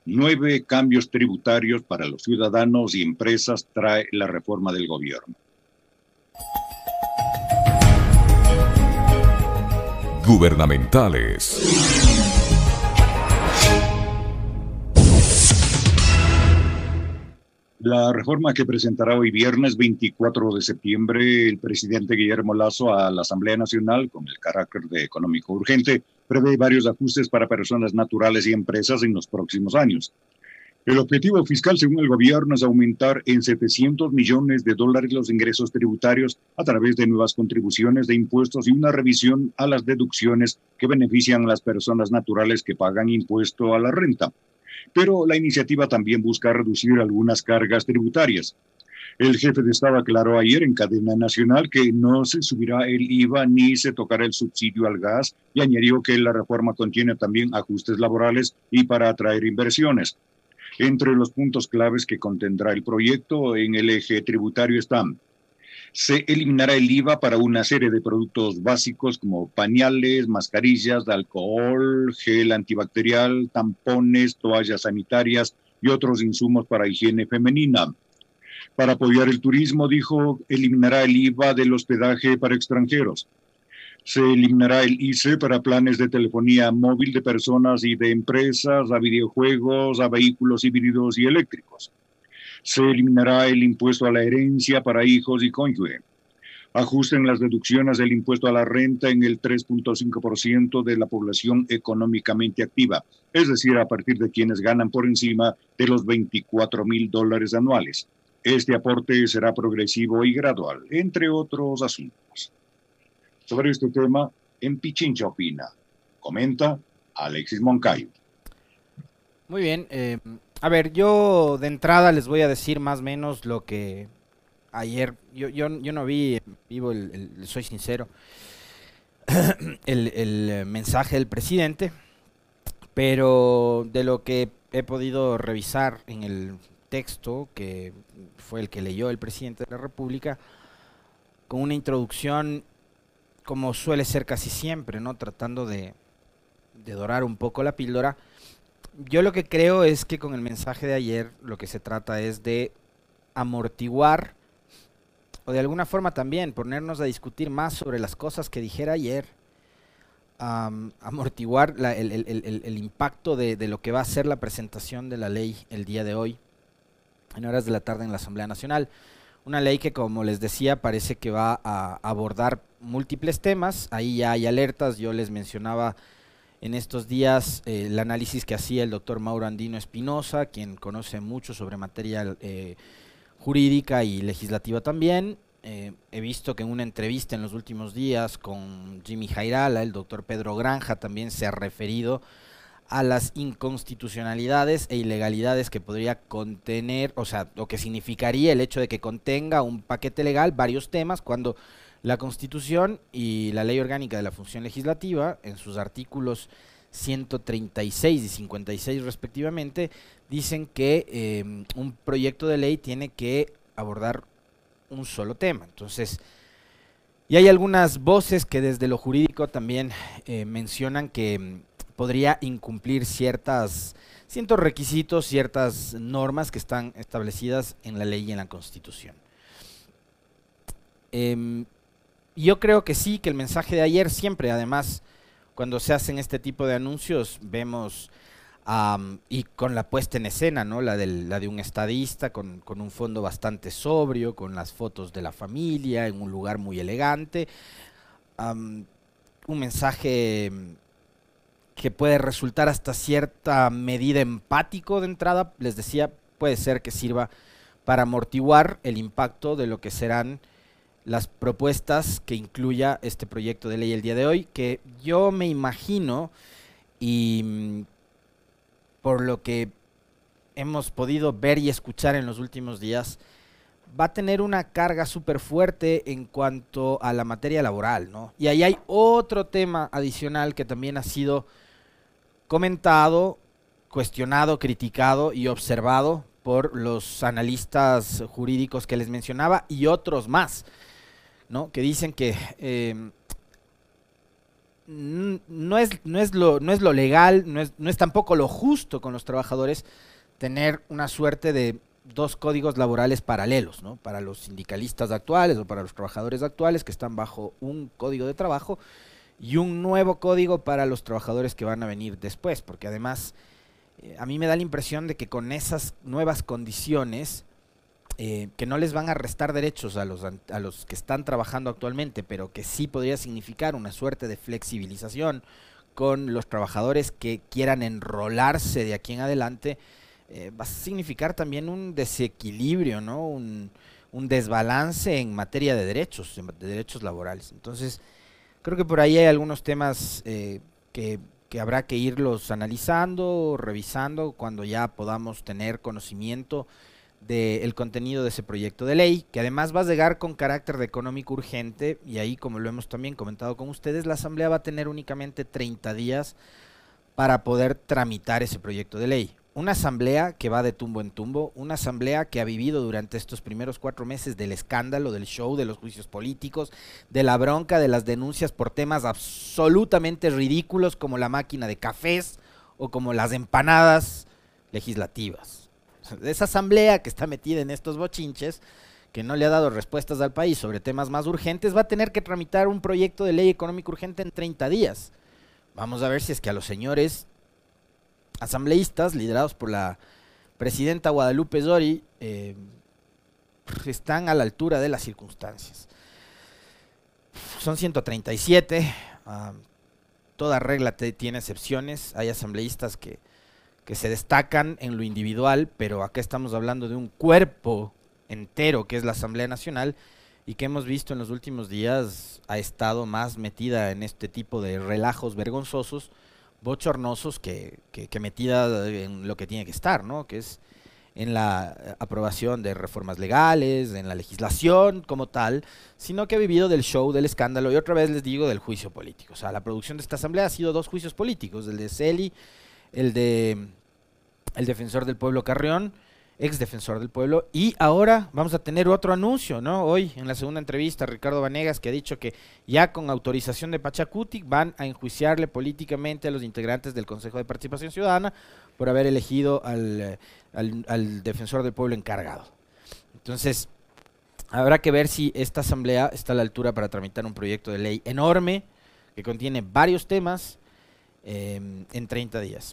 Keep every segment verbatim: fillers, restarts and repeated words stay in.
Nueve cambios tributarios para los ciudadanos y empresas trae la reforma del gobierno. Gubernamentales. La reforma que presentará hoy viernes veinticuatro de septiembre el presidente Guillermo Lasso a la Asamblea Nacional, con el carácter de económico urgente, prevé varios ajustes para personas naturales y empresas en los próximos años. El objetivo fiscal, según el gobierno, es aumentar en setecientos millones de dólares los ingresos tributarios a través de nuevas contribuciones de impuestos y una revisión a las deducciones que benefician a las personas naturales que pagan impuesto a la renta. Pero la iniciativa también busca reducir algunas cargas tributarias. El jefe de Estado aclaró ayer en cadena nacional que no se subirá el I V A ni se tocará el subsidio al gas y añadió que la reforma contiene también ajustes laborales y para atraer inversiones. Entre los puntos claves que contendrá el proyecto en el eje tributario están: se eliminará el I V A para una serie de productos básicos como pañales, mascarillas, alcohol, gel antibacterial, tampones, toallas sanitarias y otros insumos para higiene femenina. Para apoyar el turismo, dijo, eliminará el I V A del hospedaje para extranjeros. Se eliminará el I C E para planes de telefonía móvil de personas y de empresas, a videojuegos, a vehículos híbridos y eléctricos. Se eliminará el impuesto a la herencia para hijos y cónyuge. Ajusten las deducciones del impuesto a la renta en el tres punto cinco por ciento de la población económicamente activa, es decir, a partir de quienes ganan por encima de los veinticuatro mil dólares anuales. Este aporte será progresivo y gradual, entre otros asuntos. Sobre este tema, en Pichincha opina. Comenta Alexis Moncayo. Muy bien. Eh, a ver, yo de entrada les voy a decir más o menos lo que ayer, yo, yo, yo no vi, vivo el, el, soy sincero, el, el mensaje del presidente, pero de lo que he podido revisar en el texto, que fue el que leyó el presidente de la República, con una introducción como suele ser casi siempre, ¿no? Tratando de, de dorar un poco la píldora. Yo lo que creo es que con el mensaje de ayer lo que se trata es de amortiguar o de alguna forma también ponernos a discutir más sobre las cosas que dijera ayer, um, amortiguar la, el, el, el, el impacto de, de lo que va a ser la presentación de la ley el día de hoy, en horas de la tarde en la Asamblea Nacional. Una ley que, como les decía, parece que va a abordar múltiples temas. Ahí ya hay alertas. Yo les mencionaba en estos días eh, el análisis que hacía el doctor Mauro Andino Espinosa, quien conoce mucho sobre materia eh, jurídica y legislativa también. Eh, he visto que en una entrevista en los últimos días con Jimmy Jairala, el doctor Pedro Granja también se ha referido a las inconstitucionalidades e ilegalidades que podría contener, o sea, lo que significaría el hecho de que contenga un paquete legal varios temas, cuando la Constitución y la Ley Orgánica de la Función Legislativa, en sus artículos ciento treinta y seis y cincuenta y seis respectivamente, dicen que eh, un proyecto de ley tiene que abordar un solo tema. Entonces, y hay algunas voces que desde lo jurídico también eh, mencionan que podría incumplir ciertas, ciertos requisitos, ciertas normas que están establecidas en la ley y en la Constitución. Eh, yo creo que sí, que el mensaje de ayer siempre, además, cuando se hacen este tipo de anuncios, vemos, um, y con la puesta en escena, ¿no? La, del, la de un estadista, con, con un fondo bastante sobrio, con las fotos de la familia, en un lugar muy elegante, um, un mensaje que puede resultar hasta cierta medida empático de entrada. Les decía, puede ser que sirva para amortiguar el impacto de lo que serán las propuestas que incluya este proyecto de ley el día de hoy, que yo me imagino, y por lo que hemos podido ver y escuchar en los últimos días, va a tener una carga súper fuerte en cuanto a la materia laboral, ¿no? Y ahí hay otro tema adicional que también ha sido comentado, cuestionado, criticado y observado por los analistas jurídicos que les mencionaba y otros más, ¿no? Que dicen que eh, no es, no es, lo, no es lo legal, no es, no es tampoco lo justo con los trabajadores tener una suerte de dos códigos laborales paralelos, ¿no? Para los sindicalistas actuales o para los trabajadores actuales que están bajo un código de trabajo y un nuevo código para los trabajadores que van a venir después, porque además eh, a mí me da la impresión de que con esas nuevas condiciones eh, que no les van a restar derechos a los, a los que están trabajando actualmente, pero que sí podría significar una suerte de flexibilización con los trabajadores que quieran enrolarse de aquí en adelante, eh, va a significar también un desequilibrio, ¿no? Un, un desbalance en materia de derechos, de derechos laborales. Entonces, creo que por ahí hay algunos temas eh, que, que habrá que irlos analizando, revisando, cuando ya podamos tener conocimiento del contenido de ese proyecto de ley, que además va a llegar con carácter de económico urgente, y ahí, como lo hemos también comentado con ustedes, la Asamblea va a tener únicamente treinta días para poder tramitar ese proyecto de ley. Una asamblea que va de tumbo en tumbo, una asamblea que ha vivido durante estos primeros cuatro meses del escándalo, del show, de los juicios políticos, de la bronca, de las denuncias por temas absolutamente ridículos como la máquina de cafés o como las empanadas legislativas. Esa asamblea que está metida en estos bochinches, que no le ha dado respuestas al país sobre temas más urgentes, va a tener que tramitar un proyecto de ley económico urgente en treinta días. Vamos a ver si es que a los señores asambleístas, liderados por la presidenta Guadalupe Zori, eh, están a la altura de las circunstancias. Son ciento treinta y siete, uh, toda regla te, tiene excepciones, hay asambleístas que, que se destacan en lo individual, pero acá estamos hablando de un cuerpo entero que es la Asamblea Nacional y que hemos visto en los últimos días ha estado más metida en este tipo de relajos vergonzosos, bochornosos, que, que, que metida en lo que tiene que estar, ¿no? Que es en la aprobación de reformas legales, en la legislación como tal, sino que ha vivido del show, del escándalo, y otra vez les digo, del juicio político. O sea, la producción de esta asamblea ha sido dos juicios políticos, el de Celi, el de el defensor del pueblo Carrión, ex defensor del pueblo, y ahora vamos a tener otro anuncio, ¿no? Hoy, en la segunda entrevista, Ricardo Vanegas, que ha dicho que ya con autorización de Pachacuti van a enjuiciarle políticamente a los integrantes del Consejo de Participación Ciudadana por haber elegido al, al, al defensor del pueblo encargado. Entonces, habrá que ver si esta asamblea está a la altura para tramitar un proyecto de ley enorme, que contiene varios temas, eh, en treinta días.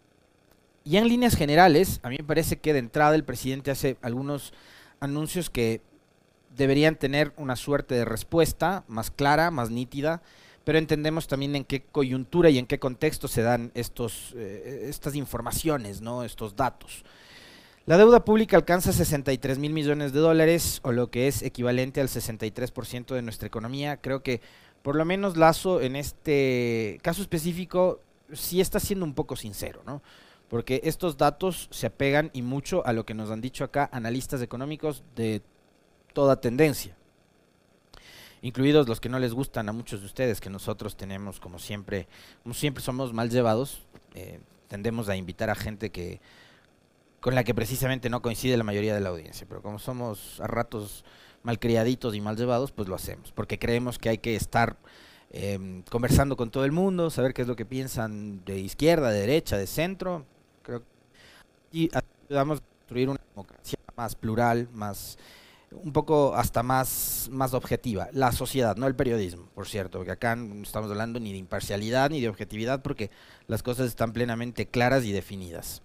Y en líneas generales, a mí me parece que de entrada el presidente hace algunos anuncios que deberían tener una suerte de respuesta más clara, más nítida, pero entendemos también en qué coyuntura y en qué contexto se dan estos, eh, estas informaciones, ¿no? Estos datos. La deuda pública alcanza sesenta y tres mil millones de dólares, o lo que es equivalente al sesenta y tres por ciento de nuestra economía. Creo que por lo menos Lasso en este caso específico sí está siendo un poco sincero, ¿no? Porque estos datos se apegan y mucho a lo que nos han dicho acá analistas económicos de toda tendencia, incluidos los que no les gustan a muchos de ustedes, que nosotros tenemos, como siempre, como siempre somos mal llevados, eh, tendemos a invitar a gente que con la que precisamente no coincide la mayoría de la audiencia, pero como somos a ratos malcriaditos y mal llevados, pues lo hacemos, porque creemos que hay que estar eh, conversando con todo el mundo, saber qué es lo que piensan de izquierda, de derecha, de centro. Creo que y ayudamos a construir una democracia más plural, más un poco hasta más, más objetiva, la sociedad, no el periodismo, por cierto, porque acá no estamos hablando ni de imparcialidad ni de objetividad, porque las cosas están plenamente claras y definidas.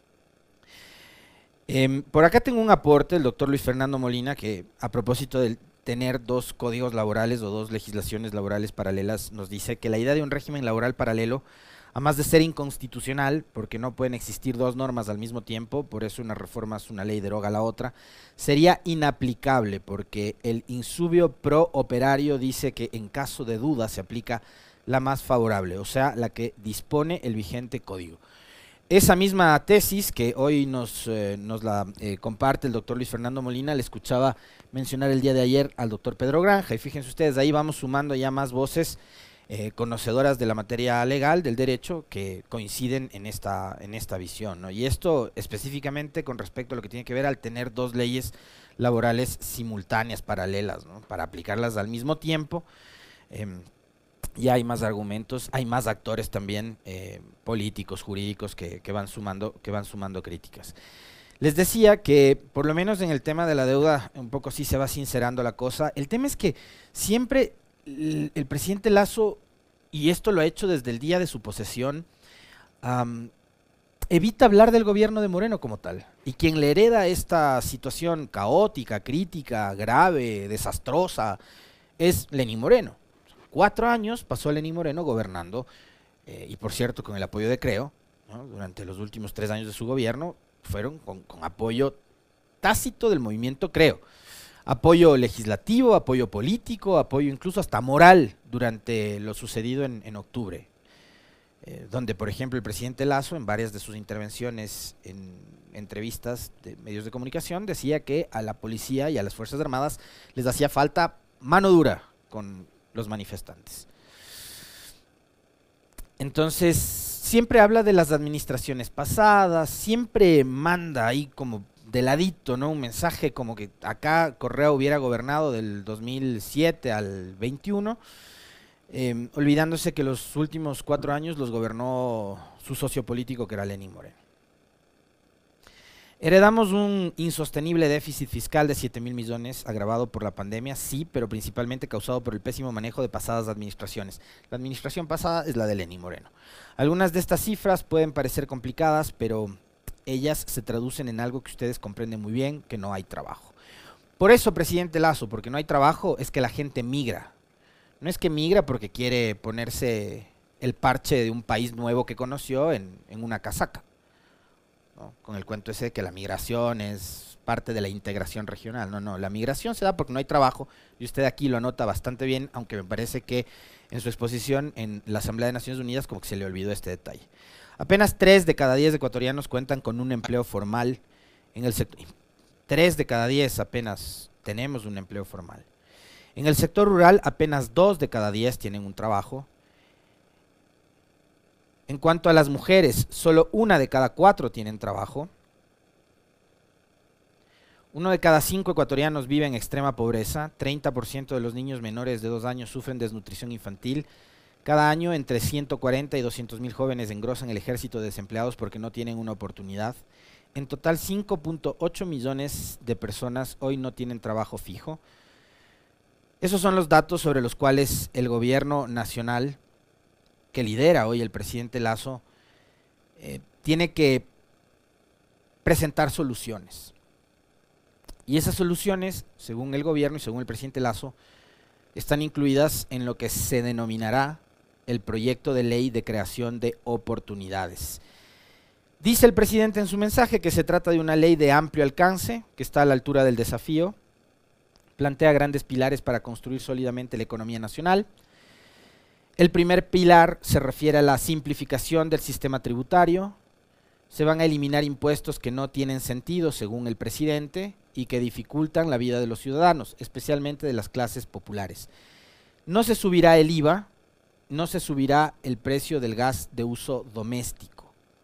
Eh, por acá tengo un aporte del doctor Luis Fernando Molina, que a propósito de tener dos códigos laborales o dos legislaciones laborales paralelas, nos dice que la idea de un régimen laboral paralelo, además de ser inconstitucional, porque no pueden existir dos normas al mismo tiempo, por eso una reforma es una ley, deroga la otra, sería inaplicable, porque el insubio pro operario dice que en caso de duda se aplica la más favorable, o sea, la que dispone el vigente código. Esa misma tesis que hoy nos, eh, nos la eh, comparte el doctor Luis Fernando Molina, le escuchaba mencionar el día de ayer al doctor Pedro Granja, y fíjense ustedes, ahí vamos sumando ya más voces eh, conocedoras de la materia legal, del derecho, que coinciden en esta, en esta visión, ¿no? Y esto específicamente con respecto a lo que tiene que ver al tener dos leyes laborales simultáneas, paralelas, ¿no? Para aplicarlas al mismo tiempo. Eh, ya hay más argumentos, hay más actores también, eh, políticos, jurídicos, que, que, van sumando, que van sumando críticas. Les decía que, por lo menos en el tema de la deuda, un poco sí se va sincerando la cosa. El tema es que siempre el, el presidente Lasso, y esto lo ha hecho desde el día de su posesión, um, evita hablar del gobierno de Moreno como tal. Y quien le hereda esta situación caótica, crítica, grave, desastrosa, es Lenín Moreno. Cuatro años pasó Lenín Moreno gobernando, eh, y por cierto con el apoyo de Creo, ¿no? Durante los últimos tres años de su gobierno fueron con, con apoyo tácito del movimiento Creo. Apoyo legislativo, apoyo político, apoyo incluso hasta moral durante lo sucedido en, en octubre. Eh, donde, por ejemplo, el presidente Lasso, en varias de sus intervenciones en entrevistas de medios de comunicación, decía que a la policía y a las Fuerzas Armadas les hacía falta mano dura con los manifestantes. Entonces, siempre habla de las administraciones pasadas, siempre manda ahí como de ladito, ¿no? Un mensaje como que acá Correa hubiera gobernado del dos mil siete al veintiuno, eh, olvidándose que los últimos cuatro años los gobernó su socio político, que era Lenín Moreno. Heredamos un insostenible déficit fiscal de siete mil millones, agravado por la pandemia, sí, pero principalmente causado por el pésimo manejo de pasadas administraciones. La administración pasada es la de Lenín Moreno. Algunas de estas cifras pueden parecer complicadas, pero ellas se traducen en algo que ustedes comprenden muy bien, que no hay trabajo. Por eso, presidente Lasso, porque no hay trabajo, es que la gente migra. No es que migra porque quiere ponerse el parche de un país nuevo que conoció en, en una casaca, ¿no? Con el cuento ese de que la migración es parte de la integración regional. No, no, la migración se da porque no hay trabajo, y usted aquí lo anota bastante bien, aunque me parece que en su exposición en la Asamblea de Naciones Unidas como que se le olvidó este detalle. Apenas tres de cada diez ecuatorianos cuentan con un empleo formal en el sector. Tres de cada diez apenas tenemos un empleo formal. En el sector rural apenas dos de cada diez tienen un trabajo. En cuanto a las mujeres, solo una de cada cuatro tienen trabajo. Uno de cada cinco ecuatorianos vive en extrema pobreza. treinta por ciento de los niños menores de dos años sufren desnutrición infantil. Cada año entre ciento cuarenta y doscientos mil jóvenes engrosan el ejército de desempleados porque no tienen una oportunidad. En total, cinco punto ocho millones de personas hoy no tienen trabajo fijo. Esos son los datos sobre los cuales el gobierno nacional, que lidera hoy el presidente Lasso, eh, tiene que presentar soluciones. Y esas soluciones, según el gobierno y según el presidente Lasso, están incluidas en lo que se denominará el proyecto de ley de creación de oportunidades. Dice el presidente en su mensaje que se trata de una ley de amplio alcance, que está a la altura del desafío, plantea grandes pilares para construir sólidamente la economía nacional. El primer pilar se refiere a la simplificación del sistema tributario. Se van a eliminar impuestos que no tienen sentido, según el presidente, y que dificultan la vida de los ciudadanos, especialmente de las clases populares. No se subirá el I V A, no se subirá el precio del gas de uso doméstico.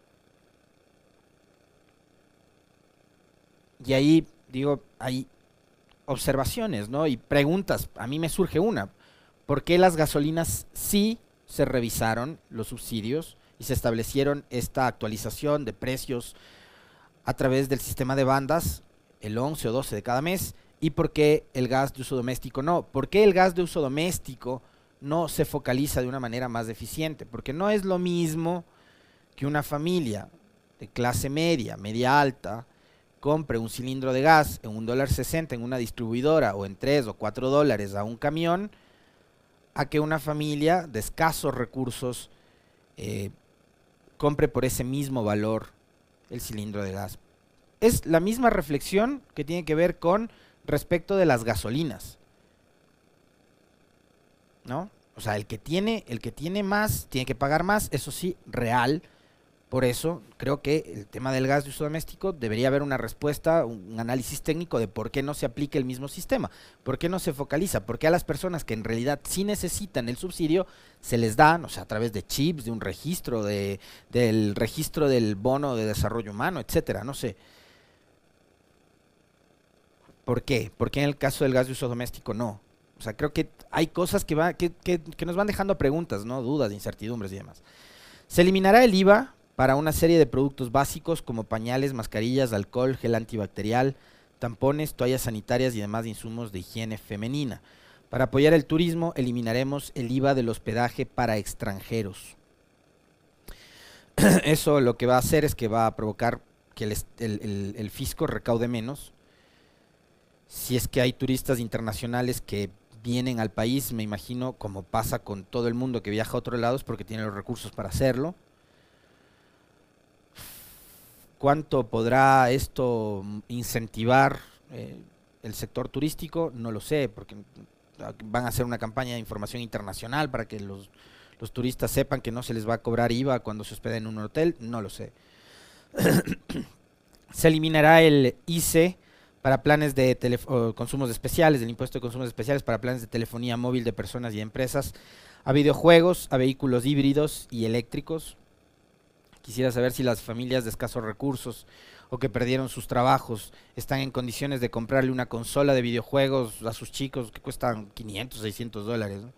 Y ahí, digo, hay observaciones, ¿no? Y preguntas. A mí me surge una. ¿Por qué las gasolinas sí se revisaron los subsidios y se establecieron esta actualización de precios a través del sistema de bandas el once o doce de cada mes? ¿Y por qué el gas de uso doméstico no? ¿Por qué el gas de uso doméstico no se focaliza de una manera más eficiente? Porque no es lo mismo que una familia de clase media, media alta, compre un cilindro de gas en un dólar sesenta en una distribuidora o en tres o cuatro dólares a un camión, a que una familia de escasos recursos eh, compre por ese mismo valor el cilindro de gas. Es la misma reflexión que tiene que ver con respecto de las gasolinas, ¿no? O sea, el que tiene, el que tiene más, tiene que pagar más, eso sí, real. Por eso creo que el tema del gas de uso doméstico debería haber una respuesta, un análisis técnico de por qué no se aplica el mismo sistema, por qué no se focaliza, por qué a las personas que en realidad sí necesitan el subsidio se les da, o sea, a través de chips, de un registro, de, del registro del bono de desarrollo humano, etcétera, no sé. ¿Por qué? ¿Por qué en el caso del gas de uso doméstico no? O sea, creo que hay cosas que, va, que, que, que nos van dejando preguntas, ¿no? Dudas, incertidumbres y demás. Se eliminará el I V A para una serie de productos básicos como pañales, mascarillas, alcohol, gel antibacterial, tampones, toallas sanitarias y demás insumos de higiene femenina. Para apoyar el turismo, eliminaremos el I V A del hospedaje para extranjeros. Eso lo que va a hacer es que va a provocar que el, el, el, el fisco recaude menos. Si es que hay turistas internacionales que vienen al país, me imagino, como pasa con todo el mundo que viaja a otros lados porque tiene los recursos para hacerlo. ¿Cuánto podrá esto incentivar eh, el sector turístico? No lo sé, porque van a hacer una campaña de información internacional para que los, los turistas sepan que no se les va a cobrar I V A cuando se hospeden en un hotel. No lo sé. Se eliminará el I C E para planes de consumos especiales, del impuesto de consumos especiales para planes de telefonía móvil de personas y empresas, a videojuegos, a vehículos híbridos y eléctricos. Quisiera saber si las familias de escasos recursos o que perdieron sus trabajos están en condiciones de comprarle una consola de videojuegos a sus chicos que cuestan quinientos, seiscientos dólares, ¿no?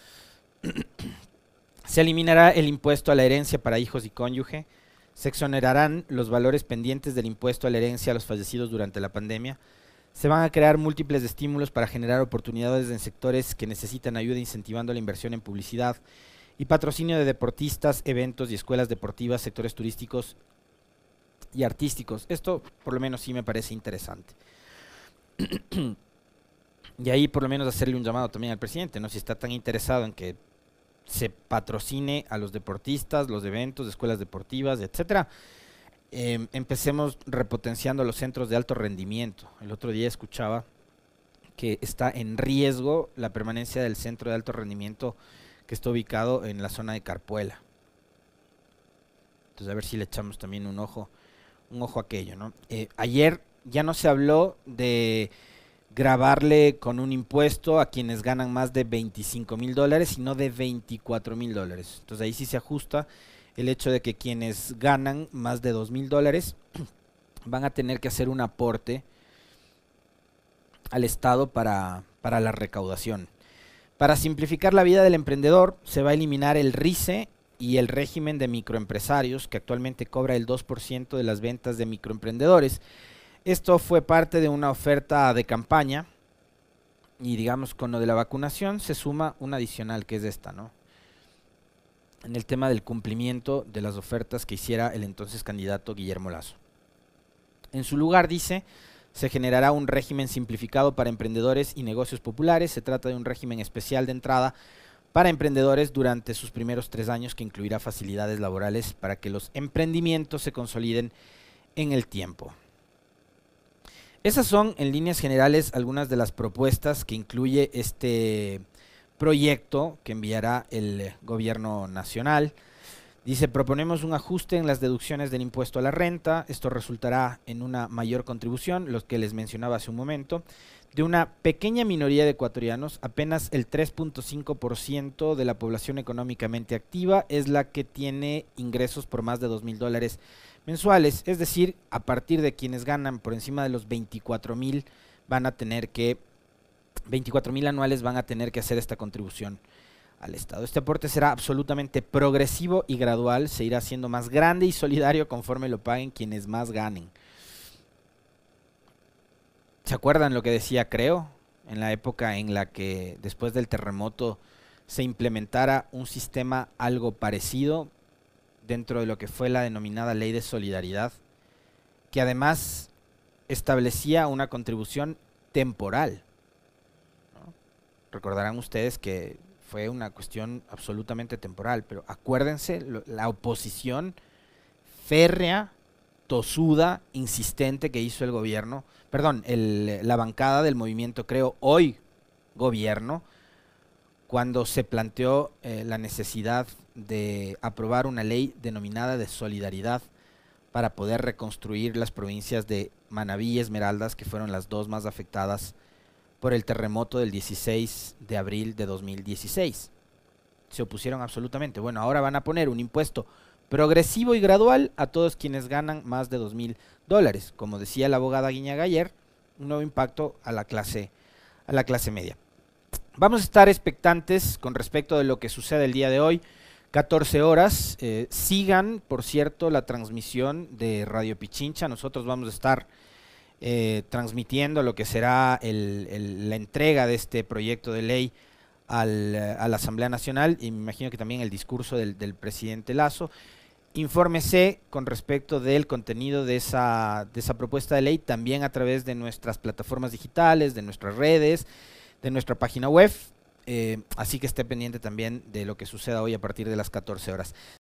Se eliminará el impuesto a la herencia para hijos y cónyuge. Se exonerarán los valores pendientes del impuesto a la herencia a los fallecidos durante la pandemia. Se van a crear múltiples estímulos para generar oportunidades en sectores que necesitan ayuda, incentivando la inversión en publicidad y patrocinio de deportistas, eventos y escuelas deportivas, sectores turísticos y artísticos. Esto por lo menos sí me parece interesante. Y ahí por lo menos hacerle un llamado también al presidente, ¿no? Si está tan interesado en que se patrocine a los deportistas, los eventos, escuelas deportivas, etcétera. Eh, empecemos repotenciando los centros de alto rendimiento. El otro día escuchaba que está en riesgo la permanencia del centro de alto rendimiento que está ubicado en la zona de Carpuela. Entonces a ver si le echamos también un ojo, un ojo a aquello, ¿no? Eh, ayer ya no se habló de grabarle con un impuesto a quienes ganan más de veinticinco mil dólares, sino de veinticuatro mil dólares. Entonces ahí sí se ajusta el hecho de que quienes ganan más de dos mil dólares van a tener que hacer un aporte al Estado para, para la recaudación. Para simplificar la vida del emprendedor, se va a eliminar el R I C E y el régimen de microempresarios, que actualmente cobra el dos por ciento de las ventas de microemprendedores. Esto fue parte de una oferta de campaña y digamos con lo de la vacunación se suma una adicional que es esta, ¿no? En el tema del cumplimiento de las ofertas que hiciera el entonces candidato Guillermo Lasso. En su lugar, dice, se generará un régimen simplificado para emprendedores y negocios populares. Se trata de un régimen especial de entrada para emprendedores durante sus primeros tres años que incluirá facilidades laborales para que los emprendimientos se consoliden en el tiempo. Esas son, en líneas generales, algunas de las propuestas que incluye este proyecto que enviará el gobierno nacional. Dice, proponemos un ajuste en las deducciones del impuesto a la renta. Esto resultará en una mayor contribución, lo que les mencionaba hace un momento, de una pequeña minoría de ecuatorianos. Apenas el tres punto cinco por ciento de la población económicamente activa es la que tiene ingresos por más de dos mil dólares mensuales, es decir, a partir de quienes ganan por encima de los veinticuatro mil van a tener que, veinticuatro mil anuales van a tener que hacer esta contribución al Estado. Este aporte será absolutamente progresivo y gradual, se irá haciendo más grande y solidario conforme lo paguen quienes más ganen. ¿Se acuerdan lo que decía Creo? En la época en la que después del terremoto se implementara un sistema algo parecido dentro de lo que fue la denominada Ley de Solidaridad, que además establecía una contribución temporal, ¿no? Recordarán ustedes que fue una cuestión absolutamente temporal, pero acuérdense lo, la oposición férrea, tosuda, insistente que hizo el gobierno, perdón, el, la bancada del movimiento Creo, hoy gobierno, cuando se planteó eh, la necesidad de aprobar una ley denominada de solidaridad para poder reconstruir las provincias de Manabí y Esmeraldas, que fueron las dos más afectadas por el terremoto del dieciséis de abril de dos mil dieciséis. Se opusieron absolutamente. Bueno, ahora van a poner un impuesto progresivo y gradual a todos quienes ganan más de dos mil dólares. Como decía la abogada Guiñaga ayer, un nuevo impacto a la clase, a la clase media. Vamos a estar expectantes con respecto de lo que sucede el día de hoy, catorce horas. Eh, sigan, por cierto, la transmisión de Radio Pichincha. Nosotros vamos a estar eh, transmitiendo lo que será el, el, la entrega de este proyecto de ley al, a la Asamblea Nacional, y me imagino que también el discurso del, del presidente Lasso. Infórmese con respecto del contenido de esa, de esa propuesta de ley también a través de nuestras plataformas digitales, de nuestras redes, de nuestra página web, eh, así que esté pendiente también de lo que suceda hoy a partir de las catorce horas.